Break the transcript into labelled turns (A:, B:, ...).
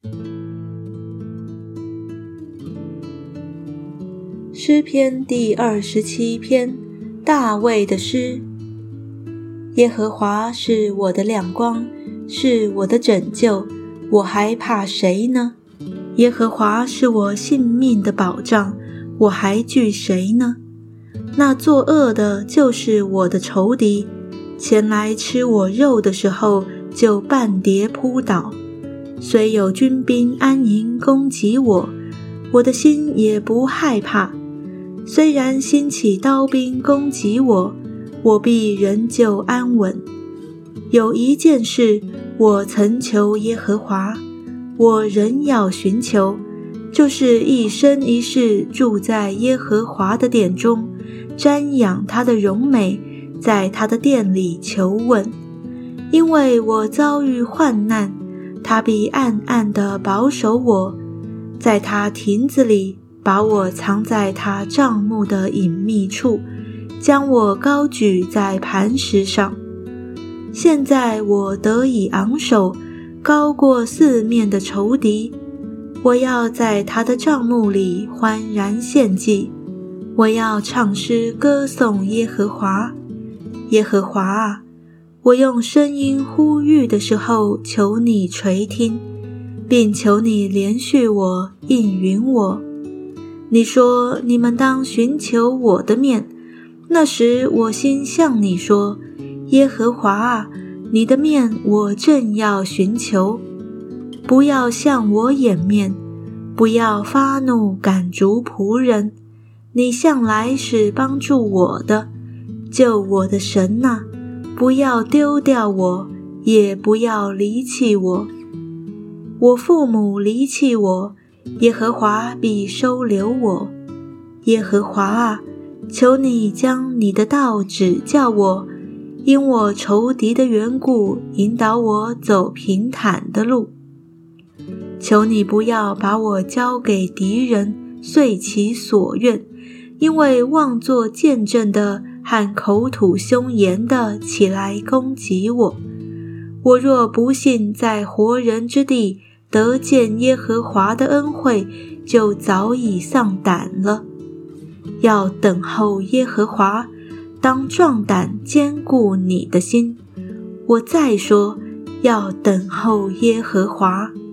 A: 诗篇第27篇，大卫的诗。耶和华是我的亮光，是我的拯救，我还怕谁呢？耶和华是我性命的保障，我还惧谁呢？那作恶的就是我的仇敌，前来吃我肉的时候，就半跌扑倒。虽有军兵安营攻击我，我的心也不害怕。虽然兴起刀兵攻击我，我必仍旧安稳。有一件事，我曾求耶和华，我仍要寻求，就是一生一世住在耶和华的殿中，瞻仰他的荣美，在他的殿里求问。因为我遭遇患难，他必暗暗地保守我，在他亭子里把我藏在他帐幕的隐秘处，将我高举在磐石上。现在我得以昂首，高过四面的仇敌。我要在他的帐幕里欢然献祭，我要唱诗歌颂耶和华。耶和华啊，我用声音呼吁的时候，求你垂听，并求你怜恤我，应允我。你说，你们当寻求我的面，那时我心向你说，耶和华啊，你的面我正要寻求。不要向我掩面，不要发怒赶逐仆人，你向来是帮助我的，救我的神啊，不要丢掉我，也不要离弃我。我父母离弃我，耶和华必收留我。耶和华啊，求你将你的道指教我，因我仇敌的缘故，引导我走平坦的路。求你不要把我交给敌人，遂其所愿，因为妄作见证的和口吐凶言的起来攻击我。我若不幸在活人之地得见耶和华的恩惠，就早已丧胆了。要等候耶和华，当壮胆坚固你的心。我再说，要等候耶和华。